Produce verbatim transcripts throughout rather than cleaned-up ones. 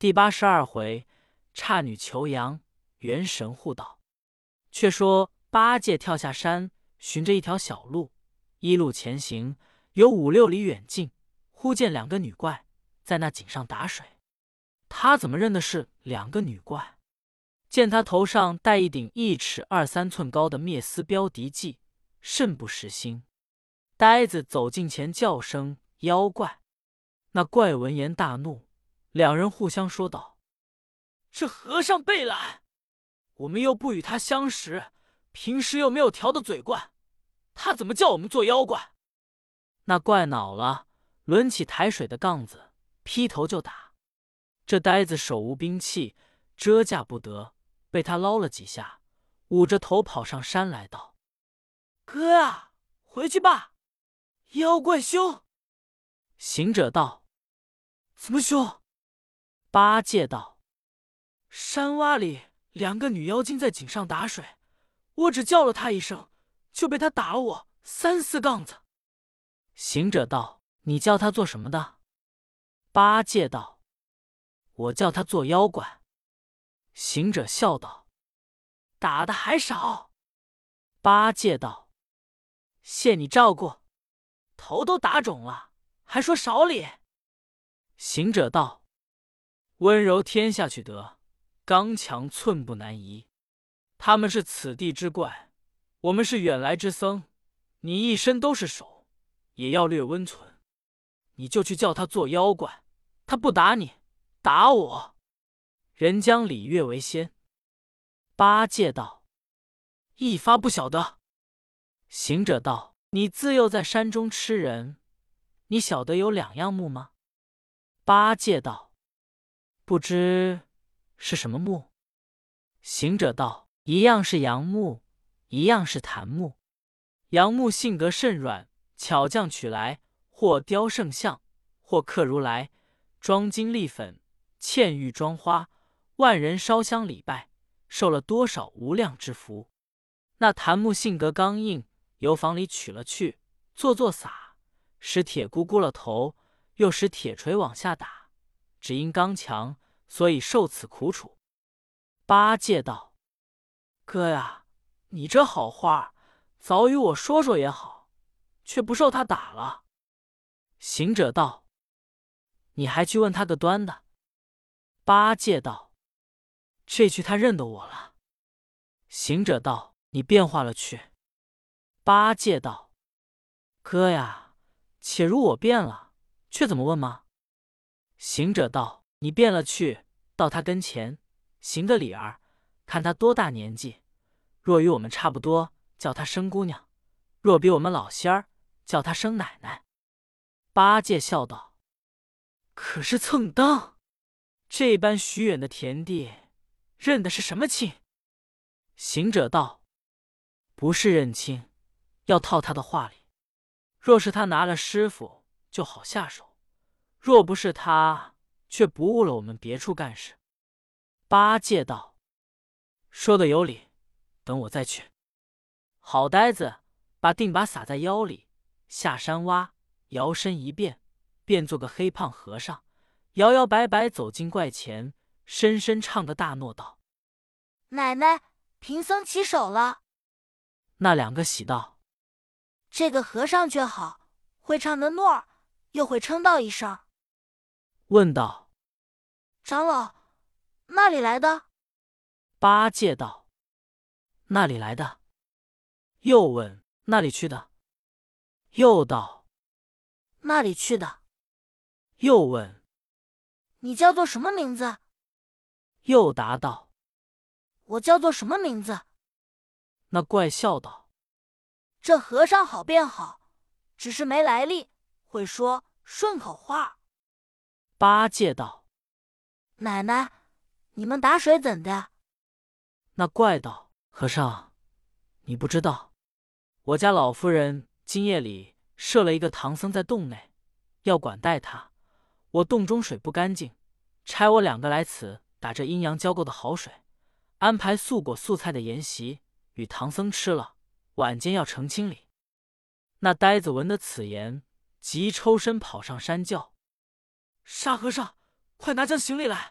第八十二回，姹女求阳，元神护道。却说八戒跳下山，循着一条小路，一路前行，有五六里远近，忽见两个女怪在那井上打水。他怎么认的是两个女怪？见他头上戴一顶一尺二三寸高的灭丝标敌髻，甚不识心。呆子走近前叫声妖怪，那怪闻言大怒，两人互相说道：“这和尚背懒，我们又不与他相识，平时又没有调的嘴惯，他怎么叫我们做妖怪？”那怪恼了，抡起抬水的杠子，劈头就打。这呆子手无兵器，遮架不得，被他捞了几下，捂着头跑上山来道：“哥啊，回去吧，妖怪凶。”行者道：“怎么凶？”八戒道：“山洼里两个女妖精在井上打水，我只叫了她一声，就被她打了我三四杠子。”行者道：“你叫她做什么的？”八戒道：“我叫她做妖怪。”行者笑道：“打的还少。”八戒道：“谢你照顾，头都打肿了，还说少理。”行者道：“温柔天下去得，刚强寸步难移。他们是此地之怪，我们是远来之僧，你一身都是手，也要略温存。你就去叫他做妖怪，他不打你，打我，人将礼乐为先。”八戒道：“一发不晓得。”行者道：“你自幼在山中吃人，你晓得有两样木吗？”八戒道：“不知是什么木。”行者道：“一样是杨木，一样是檀木。杨木性格甚软，巧匠取来，或雕圣像，或刻如来，装金立粉，嵌玉装花，万人烧香礼拜，受了多少无量之福。那檀木性格刚硬，由房里取了去，做做撒，使铁箍箍了头，又使铁锤往下打，只因刚强，所以受此苦楚。”八戒道：“哥呀，你这好话，早与我说说也好，却不受他打了。”行者道：“你还去问他个端的。”八戒道：“这句他认得我了。”行者道：“你变化了去。”八戒道：“哥呀，且如我变了，却怎么问吗？”行者道：“你变了去，到他跟前，行个礼儿，看他多大年纪，若与我们差不多，叫他生姑娘；若比我们老些儿，叫他生奶奶。”八戒笑道：“可是蹭当，这般许远的田地，认的是什么亲？”行者道：“不是认亲，要套他的话里。若是他拿了师傅，就好下手；若不是他，却不误了我们别处干事。”八戒道：“说的有理，等我再去。”好呆子把定把撒在腰里，下山洼，摇身一变，变做个黑胖和尚，摇摇摆摆走进怪前，深深唱个大诺道：“ 奶奶，贫僧起手了。” 那两个喜道：“ 这个和尚却好，会唱的诺儿，又会称道一声。” 问道：“ 长老，那里来的？” 八戒道：“那里来的？”又问：“那里去的？”又道：“ 那里去的？” 又问：“ 你叫做什么名字？” 又答道：“ 我叫做什么名字？” 那怪笑道：“ 这和尚好便好，只是没来历，会说顺口话。” 八戒道：“ 奶奶，你们打水怎的？” 那怪道：“和尚，你不知道，我家老夫人今夜里设了一个唐僧在洞内，要管待他。我洞中水不干净，差我两个来此打这阴阳交媾的好水，安排素果素菜的筵席，与唐僧吃了，晚间要成清理。”那呆子闻得此言，急抽身跑上山叫：“沙和尚，快拿将行李来，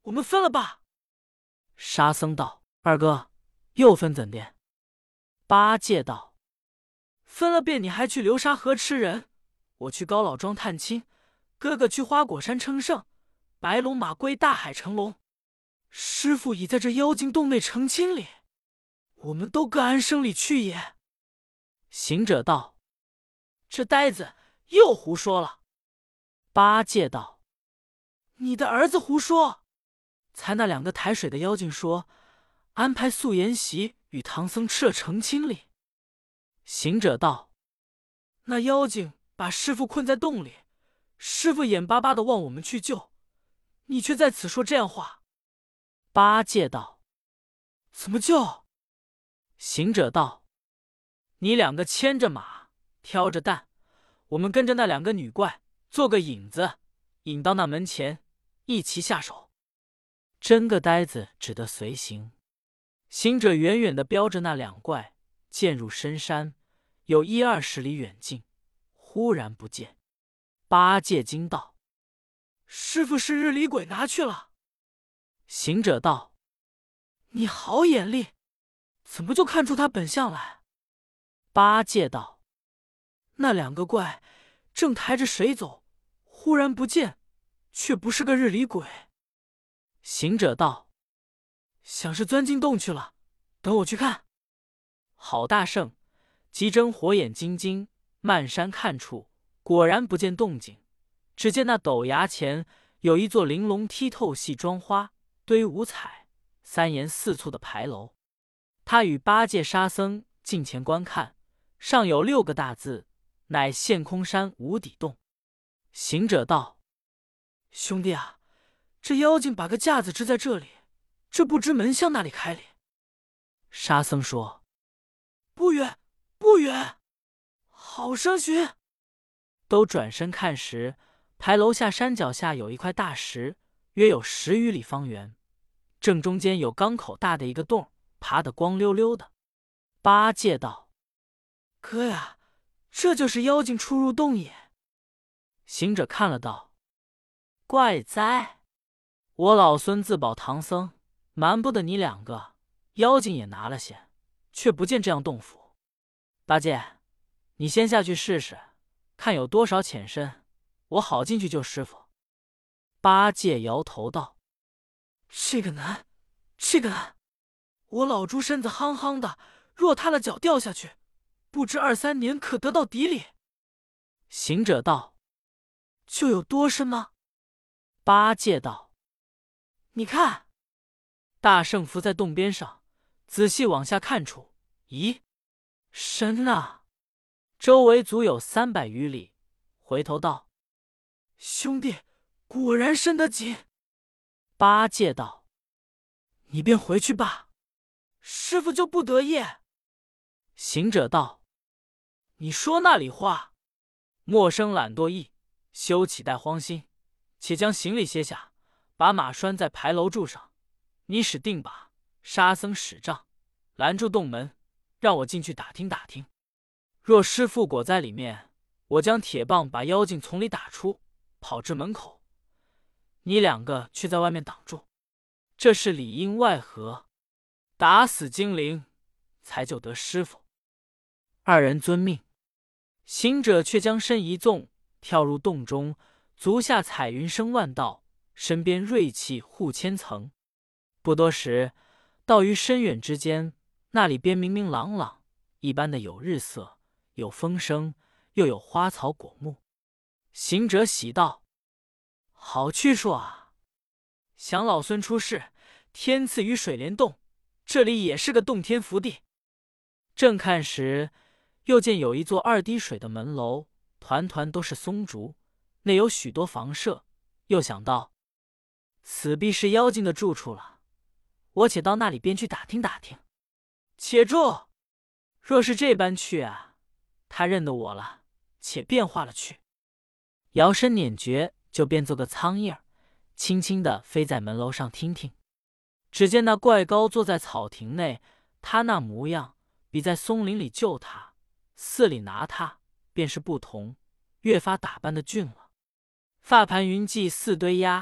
我们分了吧。沙僧道：“二哥，又分怎的？”八戒道：“分了便你还去流沙河吃人，我去高老庄探亲，哥哥去花果山称圣，白龙马归大海成龙，师傅已在这妖精洞内成亲里，我们都各安生里去也。”行者道：“这呆子又胡说了。”八戒道：“你的儿子胡说，才那两个抬水的妖精说安排素颜席与唐僧吃了成亲礼。”行者道：“那妖精把师傅困在洞里，师傅眼巴巴的望我们去救，你却在此说这样话。”八戒道：“怎么救？”行者道：“你两个牵着马，挑着担，我们跟着那两个女怪做个引子，引到那门前，一齐下手。”真个呆子只得随行。行者远远的标着那两怪，渐入深山，有一二十里远近，忽然不见。八戒惊道：“师傅是日里鬼拿去了。”行者道：“你好眼力，怎么就看出他本相来？”八戒道：“那两个怪正抬着水走，忽然不见，却不是个日里鬼。”行者道：“想是钻进洞去了，等我去看。”好大圣，急睁火眼金睛，漫山看处，果然不见动静，只见那陡崖前有一座玲珑剔透细妆花，堆五彩，三檐四簇的牌楼。他与八戒沙僧近前观看，上有六个大字，乃现空山无底洞。行者道：“兄弟啊，这妖精把个架子支在这里，这不知门向那里开哩？”沙僧说：“不远不远，好生寻。”都转身看时，牌楼下山脚下有一块大石，约有十余里方圆，正中间有缸口大的一个洞，爬得光溜溜的。八戒道：“哥呀，这就是妖精出入洞也。”行者看了道：“怪哉！我老孙自保唐僧，瞒不得你两个，妖精也拿了些，却不见这样洞府。八戒，你先下去试试，看有多少浅深，我好进去救师傅。”八戒摇头道：“这个难，这个难！我老猪身子夯夯的，若踏了脚掉下去，不知二三年可得到底里。”行者道：“就有多深吗？”八戒道：“你看。”大圣伏在洞边上，仔细往下看处，咦，深啊！周围足有三百余里。回头道：“兄弟，果然深得紧。”八戒道：“你便回去吧，师傅就不得业。”行者道：“你说那里话？莫生懒惰意，休起带慌心，且将行李卸下，把马拴在牌楼柱上。你使定把，沙僧使杖，拦住洞门，让我进去打听打听。若师傅裹在里面，我将铁棒把妖精从里打出，跑至门口。你两个却在外面挡住，这是里应外合，打死精灵，才救得师傅。”二人遵命。行者却将身一纵，跳入洞中，足下彩云生万道，身边锐气护千层。不多时，到于深远之间，那里边明明朗朗，一般的有日色，有风声，又有花草果木。行者喜道：“好去处啊！想老孙出世，天赐于水帘洞，这里也是个洞天福地。”正看时，又见有一座二滴水的门楼，团团都是松竹，内有许多房舍。又想到，此必是妖精的住处了，我且到那里边去打听打听。且住！若是这般去啊，他认得我了，且变化了去。摇身捻诀，就变做个苍蝇儿，轻轻地飞在门楼上听听。只见那怪高坐在草亭内，他那模样比在松林里救他，寺里拿他，便是不同，越发打扮的俊了。发盘云髻似堆鸦，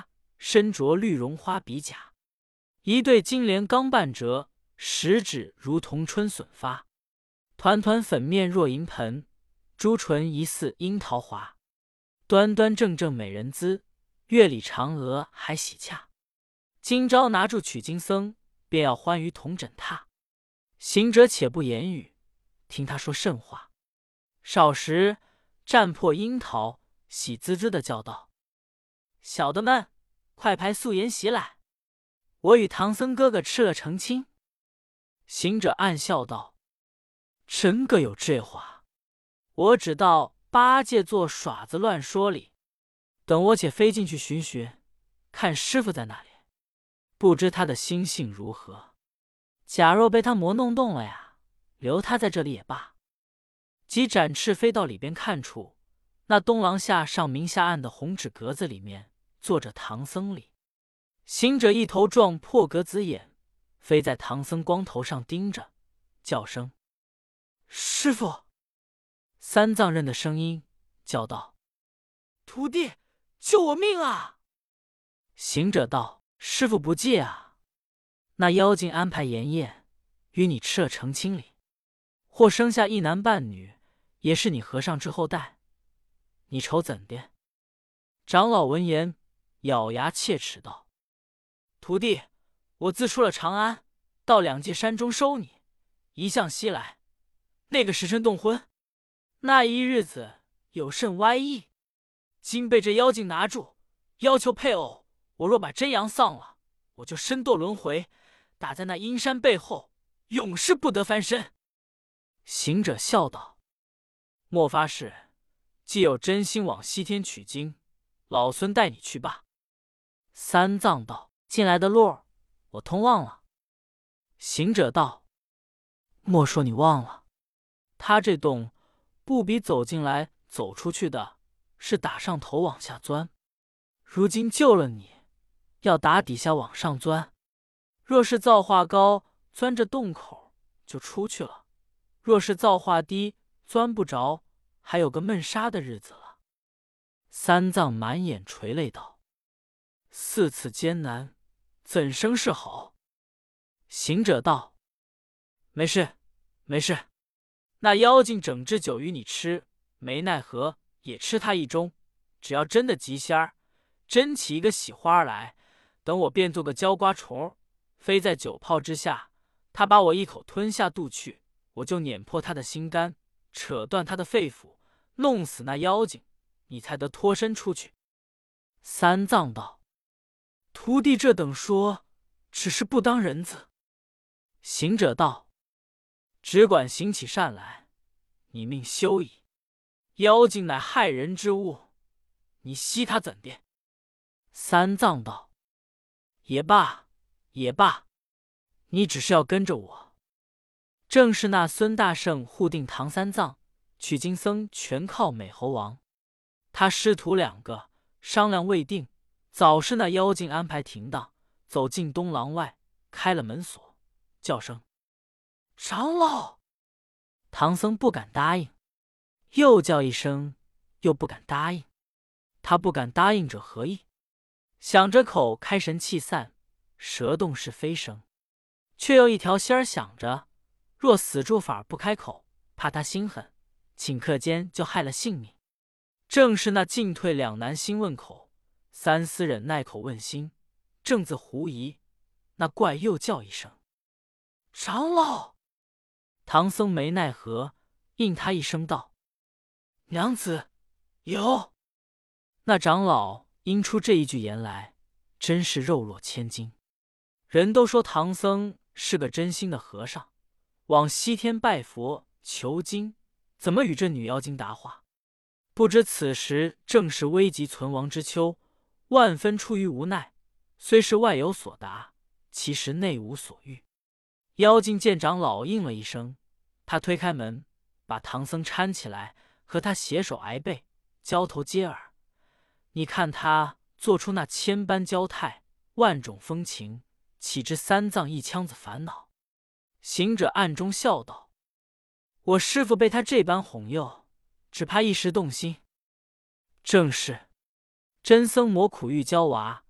身着绿绒花比甲，一对金莲刚半折，十指如同春笋发。团团粉面若银盆，朱唇疑似樱桃花。端端正正美人姿，月里嫦娥还喜洽。今朝拿住取经僧，便要欢于同枕榻。行者且不言语，听他说甚话。少时战破樱桃，喜滋滋的叫道：“小的们，快排素筵席来，我与唐僧哥哥吃了成亲。”行者暗笑道：“真个有这话，我只道八戒做耍子乱说哩。等我且飞进去寻寻，看师傅在哪里，不知他的心性如何。假若被他磨弄动了呀，留他在这里也罢。”即展翅飞到里边看处，那东廊下上明下暗的红纸格子里面坐着唐僧哩。行者一头撞破格子眼，飞在唐僧光头上盯着，叫声：“师傅！”三藏认的声音，叫道：“徒弟，救我命啊！”行者道：“师傅不戒啊，那妖精安排筵宴，与你吃了成亲哩，或生下一男半女，也是你和尚之后代，你瞅怎的？”长老闻言，咬牙切齿道：“徒弟，我自出了长安，到两界山中收你，一向西来，那个时辰动婚，那一日子有甚歪意？今被这妖精拿住，要求配偶，我若把真阳丧了，我就身堕轮回，打在那阴山背后，永世不得翻身。”行者笑道：“莫发誓，既有真心往西天取经，老孙带你去罢。”三藏道：“进来的路我通忘了。”行者道：“莫说你忘了，他这洞不比走进来走出去的，是打上头往下钻。如今救了你，要打底下往上钻。若是造化高，钻着洞口就出去了；若是造化低，钻不着，还有个闷杀的日子了。”三藏满眼垂泪道：“四次艰难，怎生是好？”行者道：“没事，没事。那妖精整只酒与你吃，没奈何也吃他一盅。只要真的急仙儿，真起一个喜花来，等我变做个焦瓜虫，飞在酒泡之下，他把我一口吞下肚去，我就碾破他的心肝，扯断他的肺腑，弄死那妖精，你才得脱身出去。”三藏道：“徒弟这等说，只是不当人子。”行者道：“只管行起善来，你命休矣。妖精乃害人之物，你惜他怎的？”三藏道：“也罢，也罢，你只是要跟着我。”正是那孙大圣护定唐三藏，取经僧全靠美猴王。他师徒两个商量未定，早是那妖精安排停当，走进东廊外，开了门锁，叫声：“长老！”唐僧不敢答应，又叫一声，又不敢答应。他不敢答应者何意？想着口开神气散，舌动是非声，却又一条心儿想着，若死住法不开口，怕他心狠，顷刻间就害了性命。正是那进退两难心问口，三思忍耐口问心，正自狐疑，那怪又叫一声：“长老！”唐僧没奈何，应他一声道：“娘子，有。”那长老因出这一句言来，真是肉落千斤。人都说唐僧是个真心的和尚，往西天拜佛求经，怎么与这女妖精答话？不知此时正是危急存亡之秋，万分出于无奈，虽是外有所答，其实内无所欲。妖精见长老应了一声，他推开门，把唐僧搀起来，和他携手挨背，交头接耳。你看他做出那千般娇态，万种风情，岂知三藏一腔子烦恼？行者暗中笑道：“我师父被他这般哄诱，只怕一时动心。”正是真僧魔苦欲娇娃，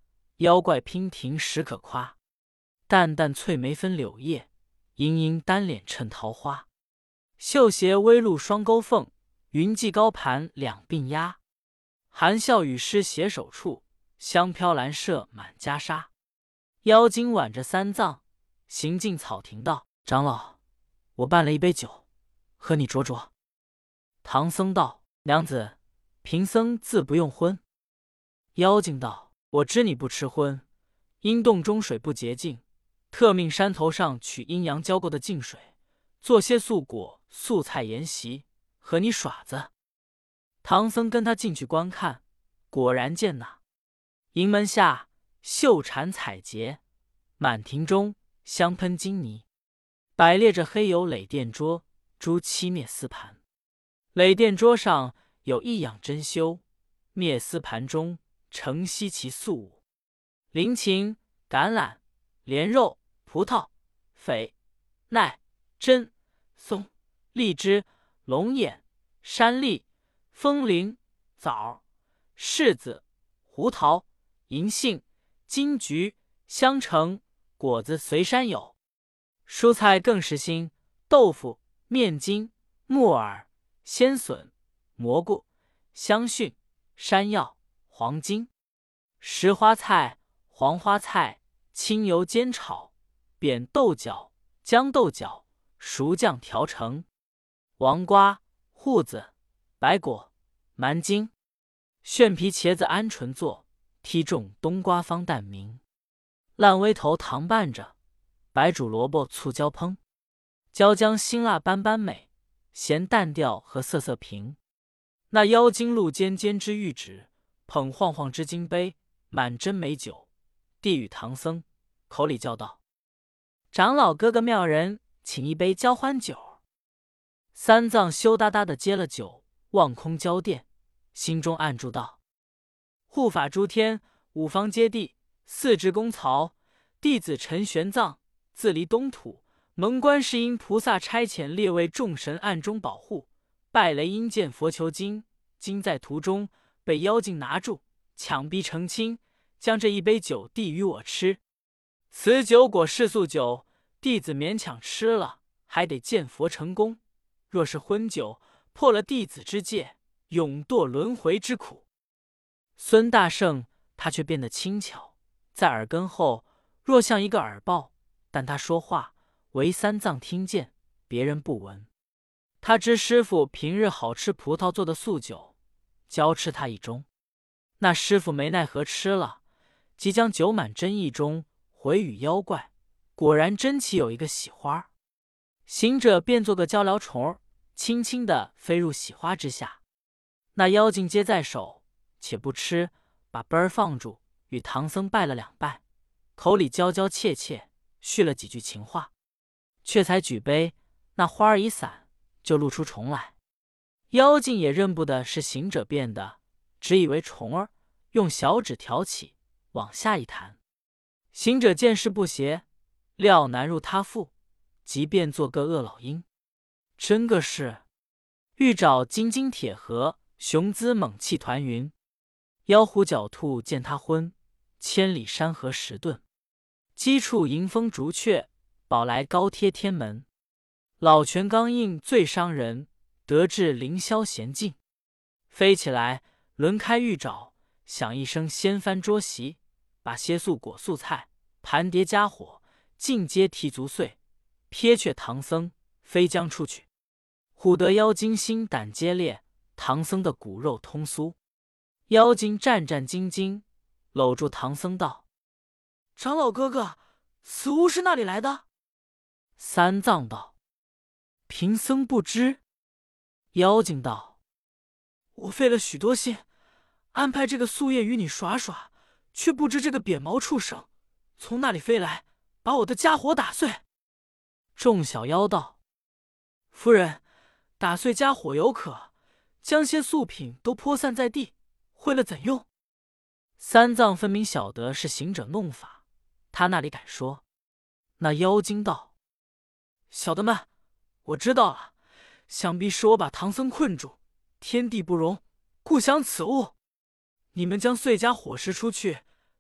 妖怪娉婷实可夸，淡淡翠眉分柳叶，盈盈单脸衬桃花。绣鞋微露双钩凤，云髻高盘两鬓鸦。含笑语诗携手处，香飘兰麝满袈裟。妖精挽着三藏，行进草亭道：“长老，我办了一杯酒，和你酌酌。”唐僧道：“娘子，贫僧自不用荤。”妖精道：“我知你不吃荤，因洞中水不洁净，特命山头上取阴阳交过的净水，做些素果、素菜筵席，和你耍子。”唐僧跟他进去观看，果然见那营门下绣蝉彩结，满庭中香喷金泥，摆列着黑油垒垫桌、诸漆灭丝盘。垒垫桌上有一养珍馐，灭丝盘中盛稀奇素物，菱芹、橄榄、莲肉、葡萄、榧、奈、真、松、荔枝、龙眼、山栗、风铃、枣、柿子、胡桃、银杏、金桔、香橙，果子随山有。蔬菜更是新，豆腐、面筋、木耳、鲜笋、蘑菇、香蕈、山药、黄金。石花菜、黄花菜清油煎炒，扁豆角、豇豆角熟酱调成。黄瓜、瓠子、白果、蛮荆、炫皮茄子鹌鹑做，剔重冬瓜方蛋明。烂微头糖拌着，白煮萝卜醋椒烹。椒姜辛辣般般美，咸淡调和色色平。那妖精露尖尖之玉指，捧晃晃之金杯，满斟美酒，递与唐僧，口里叫道：“长老哥哥妙人，请一杯交欢酒。”三藏羞答答的接了酒，望空交奠，心中暗祝道：“护法诸天，五方揭谛，四至公曹，弟子陈玄奘，自离东土，蒙观世音菩萨差遣列位众神暗中保护，拜雷音见佛求经，今在途中被妖精拿住，强逼成亲，将这一杯酒递与我吃。此酒果是素酒，弟子勉强吃了，还得见佛成功。若是荤酒，破了弟子之戒，永堕轮回之苦。”孙大圣他却变得轻巧，在耳根后若像一个耳报，但他说话唯三藏听见，别人不闻。他知师傅平日好吃葡萄做的素酒，交吃他一盅。那师傅没奈何吃了，即将酒满斟一盅，回与妖怪，果然真奇有一个喜花。行者便做个鹪鹩虫儿，轻轻地飞入喜花之下。那妖精接在手，且不吃，把杯儿放住，与唐僧拜了两拜，口里娇娇怯怯，叙了几句情话。却才举杯，那花儿一散，就露出虫来。妖精也认不得是行者变的，只以为虫儿，用小指挑起，往下一弹。行者见势不协，料难入他腹，即便做个恶老鹰。真个是欲找金睛铁盒，雄姿猛气团云。妖狐狡兔见他昏，千里山河石遁。击处迎风逐雀，宝来高贴天门。老拳刚硬最伤人，得志凌霄闲静。飞起来轮开玉爪，响一声掀翻桌席，把些素果素菜盘碟家伙尽皆剔足碎，撇却唐僧飞将出去。唬得妖精心胆皆裂，唐僧的骨肉通酥。妖精战战兢兢，搂住唐僧道：“ 长老哥哥，此物是哪里来的？” 三藏道：“贫僧不知。”妖精道：“我费了许多心，安排这个素叶与你耍耍，却不知这个扁毛畜生从那里飞来，把我的家伙打碎。”众小妖道：“夫人，打碎家伙有可，将些素品都泼散在地，会了怎用？”三藏分明晓得是行者弄法，他那里敢说。那妖精道：“小的们，我知道了，想必是我把唐僧困住，天地不容，故想此物。你们将碎家伙拾出去，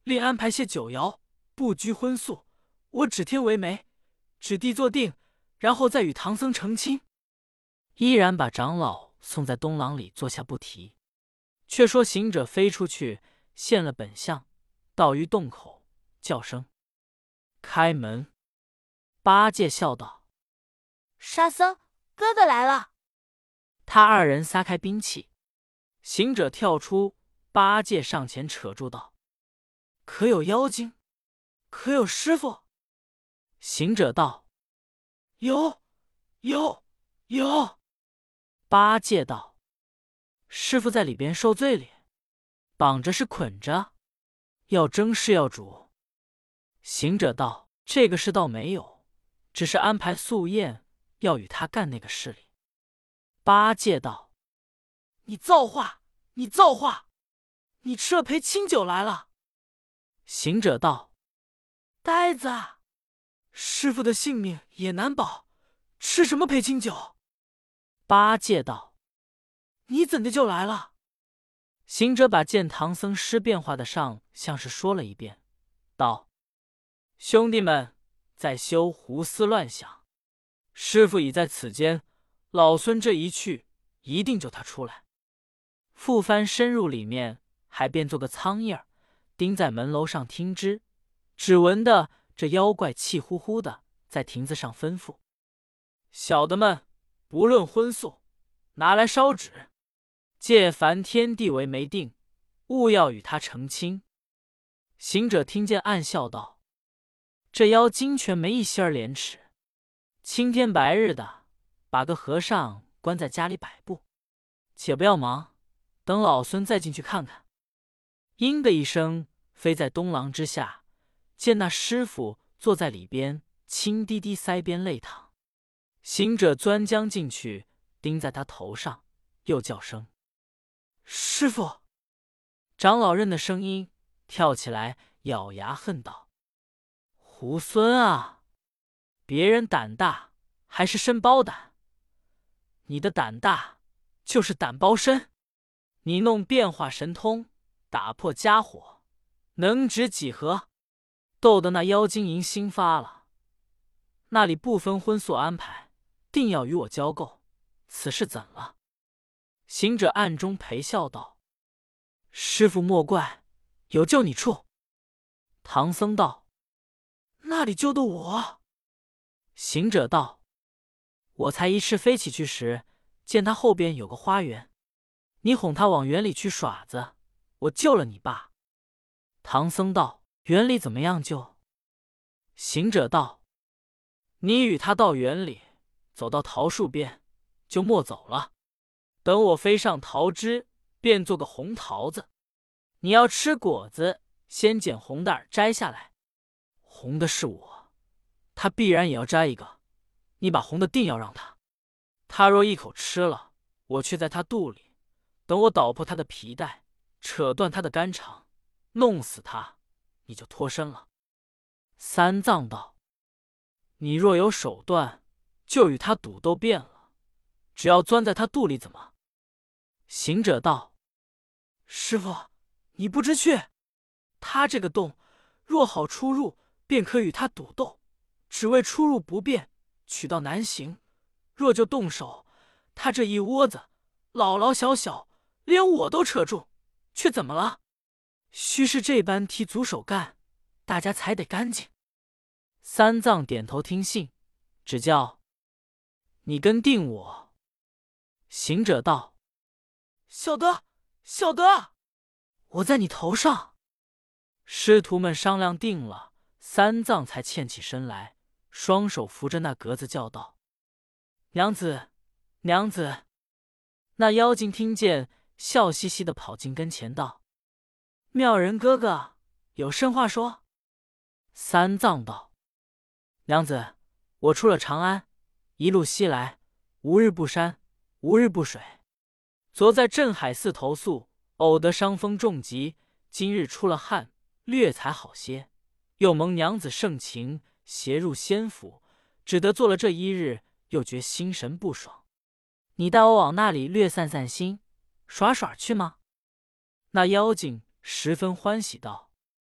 另安排些酒肴，不拘荤素。我指天为媒，指地坐定，然后再与唐僧成亲。”依然把长老送在东廊里坐下不提。却说行者飞出去，现了本相，到于洞口，叫声：“开门！”八戒笑道：“ 沙僧哥哥来了。” 他二人撒开兵器，行者跳出，八戒上前扯住道：“可有妖精？可有师傅？”行者道：“有，有，有。”八戒道：“师傅在里边受罪哩，绑着是捆着，要蒸是要煮？”行者道：“这个事倒没有，只是安排素宴，要与他干那个事哩。”八戒道：“你造化，你造化！你吃了陪清酒来了。”行者道：“呆子啊，师傅的性命也难保，吃什么陪清酒？”八戒道：“你怎的就来了？”行者把见唐僧师变化的上相是说了一遍，道：“兄弟们，再休胡思乱想，师傅已在此间，老孙这一去，一定救他出来。”复翻深入里面，还变做个苍蝇儿，钉在门楼上听之。只闻得这妖怪气呼呼的在亭子上吩咐：“小的们，不论荤素，拿来烧纸，借凡天地为媒定，勿要与他成亲。”行者听见，暗笑道：“这妖精全没一心儿廉耻，青天白日的，把个和尚关在家里摆布。且不要忙，等老孙再进去看看。”嘤的一声，飞在东廊之下，见那师傅坐在里边，轻滴滴腮边泪淌。行者钻将进去，钉在他头上，又叫声：“师傅！”长老认的声音，跳起来，咬牙恨道：“猢狲啊！别人胆大，还是身包胆？你的胆大，就是胆包身。你弄变化神通，打破家伙，能值几何？逗得那妖精淫心发了。那里不分荤素安排，定要与我交媾，此事怎了？”行者暗中陪笑道：“师傅莫怪，有救你处。”唐僧道：“那里救得我？”行者道：“我才一翅飞起去时，见他后边有个花园，你哄他往园里去耍子，我救了你罢。”唐僧道：“园里怎么样救？”行者道：“你与他到园里，走到桃树边，就莫走了。等我飞上桃枝，变做个红桃子。你要吃果子，先捡红的儿摘下来。红的是我，他必然也要摘一个。你把红的定要让他，他若一口吃了，我却在他肚里，等我捣破他的皮带，扯断他的肝肠，弄死他，你就脱身了。”三藏道：“你若有手段，就与他赌斗变了，只要钻在他肚里怎么？”行者道：“师傅，你不知趣，他这个洞若好出入，便可与他赌斗；只为出入不便，取道难行。若就动手，他这一窝子老老小小，连我都扯住，却怎么了？须是这般提足手干，大家才得干净。”三藏点头听信，只叫：“你跟定我。”行者道：“小的，小的，我在你头上。”师徒们商量定了，三藏才欠起身来，双手扶着那格子叫道：“娘子，娘子！”那妖精听见，笑嘻嘻的跑进跟前道：“妙人哥哥，有甚话说？”三藏道：“娘子，我出了长安，一路西来，无日不山，无日不水。昨在镇海寺投宿，偶得伤风重疾，今日出了汗，略才好些。又蒙娘子盛情，携入仙府，只得做了这一日，又觉心神不爽。你带我往那里略散散心，耍耍去吗？”那妖精十分欢喜道：“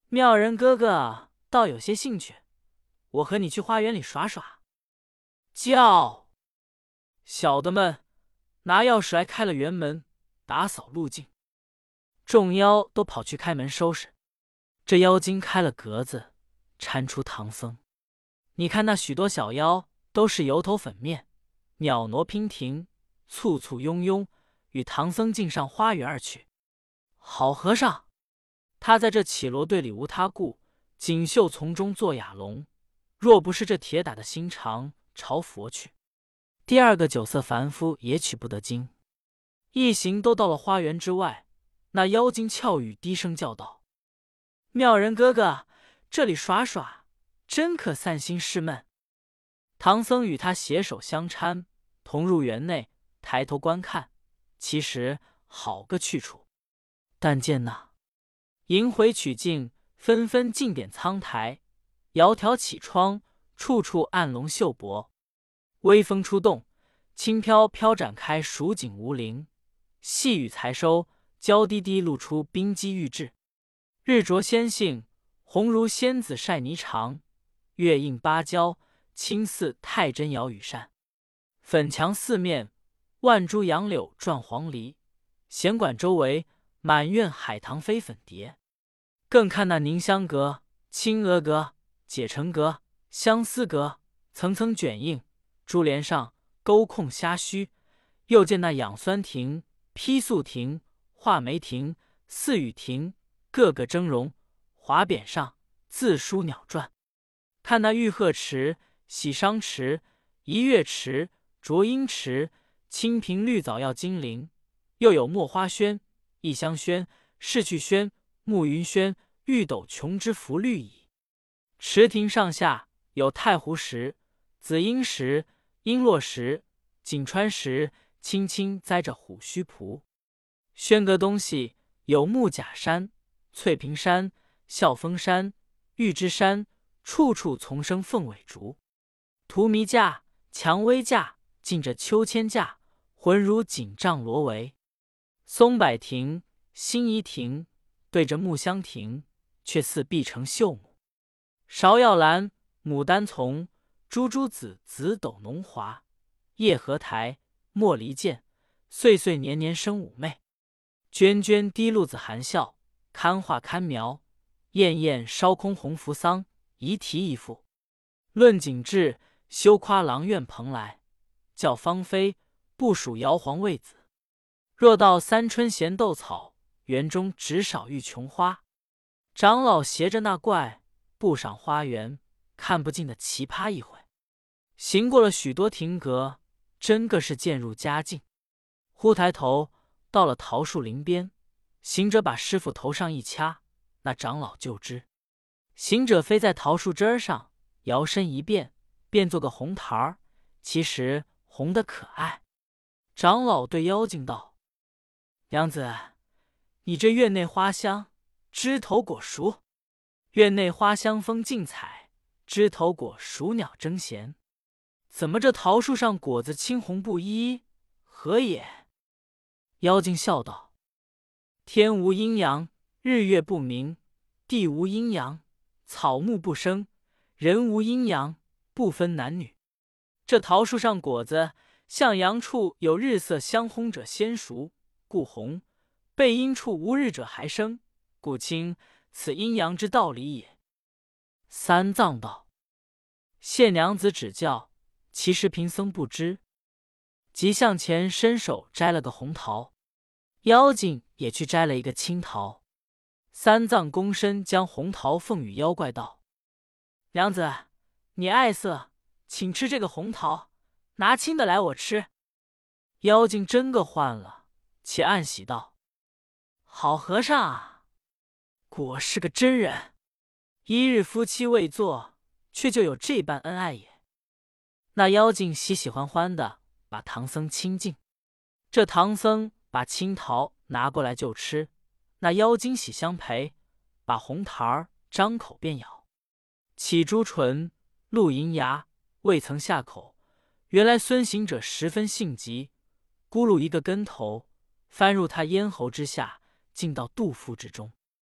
妙人哥哥倒有些兴趣，我和你去花园里耍耍。叫！小的们拿钥匙来开了园门，打扫路径。众妖都跑去开门收拾。这妖精开了格子，搀出唐僧。你看那许多小妖都是油头粉面，袅娜娉婷，簇簇拥拥，与唐僧径上花园而去。好和尚，他在这绮罗队里无他顾，锦绣丛中做哑龙。若不是这铁打的心肠，朝佛去，第二个酒色凡夫也取不得经。一行都到了花园之外，那妖精俏语低声叫道：“妙人哥哥，这里耍耍，真可散心释闷。”唐僧与他携手相搀，同入园内，抬头观看，其实好个去处。但见那迎回曲径，纷纷进点苍苔，窈窕绮窗，处处暗龙秀帛。微风出动，轻飘飘展开蜀锦无陵；细雨才收，娇滴滴露出冰肌玉质。日着仙杏，红如仙子晒霓裳；月映芭蕉，青似太真摇羽扇。粉墙四面，万株杨柳转黄鹂；闲馆周围，满院海棠飞粉蝶。更看那凝香阁、青娥阁、解成阁、相思阁，层层卷映，珠帘上钩控虾须；又见那养酸亭、批素亭、画眉亭、似雨亭，个个峥嵘，华匾上字书鸟传。看那玉鹤池、喜商池、一月池、浊音池、清平绿藻药金陵，又有墨花轩、异香轩、逝去轩、暮云轩、玉斗琼之福绿蚁。池亭上下有太湖石、紫英石、璎珞石、锦川石，青青栽着虎须蒲。轩阁东西有木甲山、翠屏山、笑峰山、玉芝山，处处丛生凤尾竹。荼蘼架、蔷薇架，尽着秋千架，浑如锦帐罗帷。松柏亭、辛夷亭，对着木香亭，却似碧城绣幕。芍药兰、牡丹丛，株株紫紫斗浓华。叶荷台、茉莉剑，岁岁年年生妩媚。涓涓滴露子含笑，堪画堪描。艳艳烧空红扶桑，一题一副。论景致，休夸郎苑蓬莱；较芳菲，不属瑶皇魏子。若到三春闲斗草，园中只少玉琼花。长老携着那怪，不赏花园，看不尽的奇葩一回。行过了许多亭阁，真个是渐入佳境。忽抬头到了桃树林边，行者把师傅头上一掐，那长老就知。行者飞在桃树枝上，摇身一变，变做个红桃儿，其实红得可爱。长老对妖精道：“娘子，你这院内花香，枝头果熟；院内花香风竞采，枝头果熟鸟争衔。怎么这桃树上果子青红不一，何也？”妖精笑道：“天无阴阳，日月不明；地无阴阳，草木不生；人无阴阳，不分男女。这桃树上果子，向阳处有日色相烘者先熟，故红；背阴处无日者还生，故青。此阴阳之道理也。”三藏道：“谢娘子指教，其实贫僧不知。”即向前伸手摘了个红桃，妖精也去摘了一个青桃。三藏躬身将红桃奉与妖怪道：“娘子，你爱色，请吃这个红桃，拿青的来我吃。”妖精真个换了，且暗喜道：“好和尚啊，果是个真人，一日夫妻未做，却就有这般恩爱也。”那妖精喜喜欢欢的把唐僧亲近，这唐僧把青桃拿过来就吃，那妖精喜相陪，把红桃儿张口便咬，起朱唇，露银牙，未曾下口。原来孙行者十分性急，咕噜一个跟头，翻入他咽喉之下，进到肚腹之中。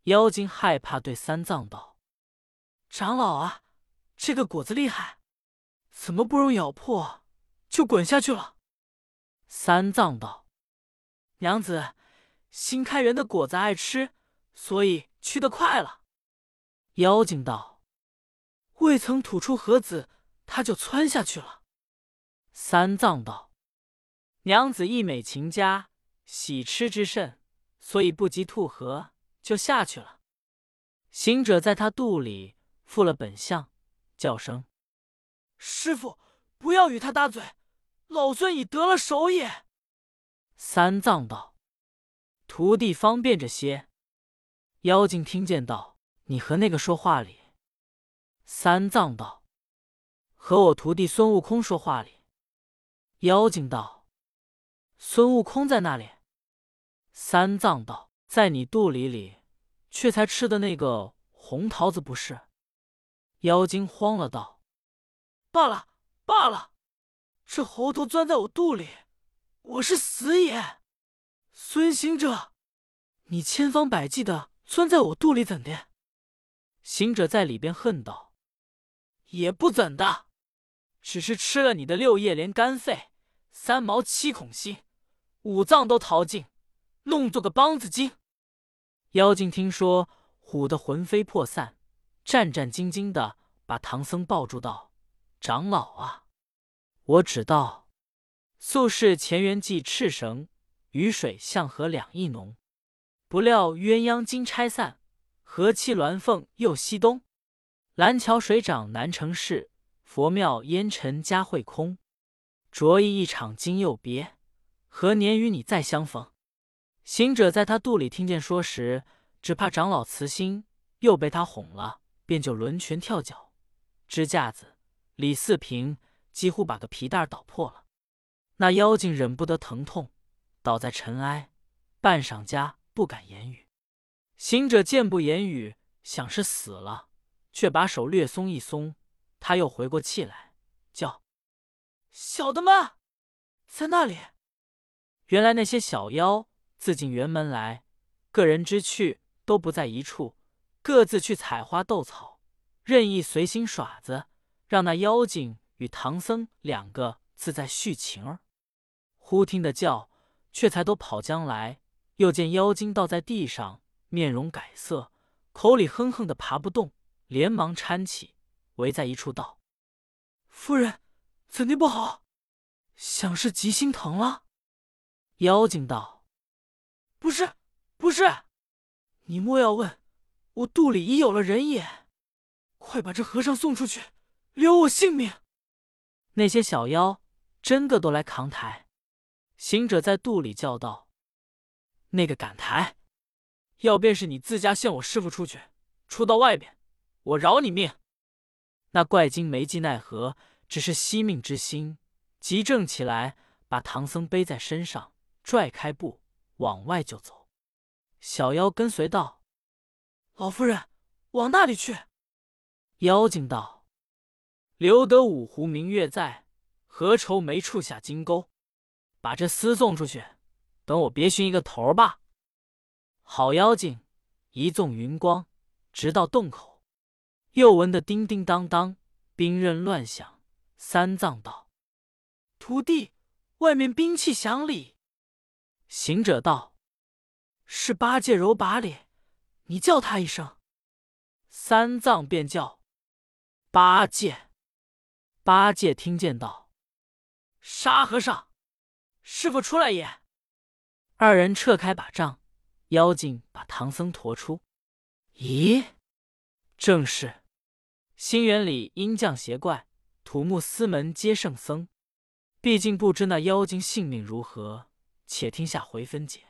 妖精害怕，对三藏道：“长老啊，这个果子厉害，怎么不容咬破就滚下去了？”三藏道：“娘子，新开园的果子爱吃，所以去得快了。”妖精道：“未曾吐出盒子，他就窜下去了。”三藏道：“娘子一美勤家，喜吃之甚，所以不及吐盒就下去了。”行者在他肚里复了本相，叫声：“师傅，不要与他搭嘴，老孙已得了手也。”三藏道：“徒弟方便着些。”妖精听见道：“你和那个说话哩？”三藏道：“和我徒弟孙悟空说话哩。”妖精道：“孙悟空在那里？”三藏道：“在你肚里里，却才吃的那个红桃子不是？”妖精慌了道：“罢了罢了，这猴头钻在我肚里，我是死也。孙行者，你千方百计的钻在我肚里怎的？”行者在里边恨道：“也不怎的，只是吃了你的六叶莲肝肺、三毛七孔心，五脏都淘尽，弄作个梆子精。”妖精听说，唬得魂飞魄散，战战兢兢的把唐僧抱住道：“长老啊，我只道素是乾元计赤绳，雨水向河两意浓。不料鸳鸯金钗散，和气鸾凤又西东。蓝桥水涨难成事，佛庙烟尘佳会空。着意一场今又别，何年与你再相逢？”行者在他肚里听见说时，只怕长老慈心，又被他哄了，便就抡拳跳脚，支架子李四平几乎把个皮带捣破了。那妖精忍不得疼痛，倒在尘埃，半晌家不敢言语。行者见不言语，想是死了，却把手略松一松，他又回过气来，叫：“小的们，在那里！”原来那些小妖自进园门来，个人之趣都不在一处，各自去采花斗草，任意随心耍子，让那妖精与唐僧两个自在续情儿。忽听得叫，却才都跑将来，又见妖精倒在地上，面容改色，口里哼哼的爬不动，连忙搀起，围在一处道：“夫人，怎地不好？想是极心疼了。”妖精道：“不是，不是，你莫要问，我肚里已有了人也。快把这和尚送出去，留我性命。”那些小妖真个都来扛抬。行者在肚里叫道：“那个敢抬？要便是你自家献我师父出去，出到外边，我饶你命。”那怪精没计奈何，只是惜命之心，急正起来，把唐僧背在身上，拽开步往外就走。小妖跟随道：“老夫人，往那里去？”妖精道：“留得五湖明月在，何愁没处下金钩？把这厮送出去，等我别寻一个头儿吧。”好妖精一纵云光，直到洞口，又闻得叮叮当当，兵刃乱响。三藏道：“徒弟，外面兵器响哩。”行者道：“是八戒揉把里，你叫他一声。”三藏便叫：“八戒！”八戒听见道：“沙和尚，师傅出来也。”二人撤开把杖，妖精把唐僧驮出。咦，正是心园里阴将邪怪，土木司门皆圣僧。毕竟不知那妖精性命如何，且听下回分解。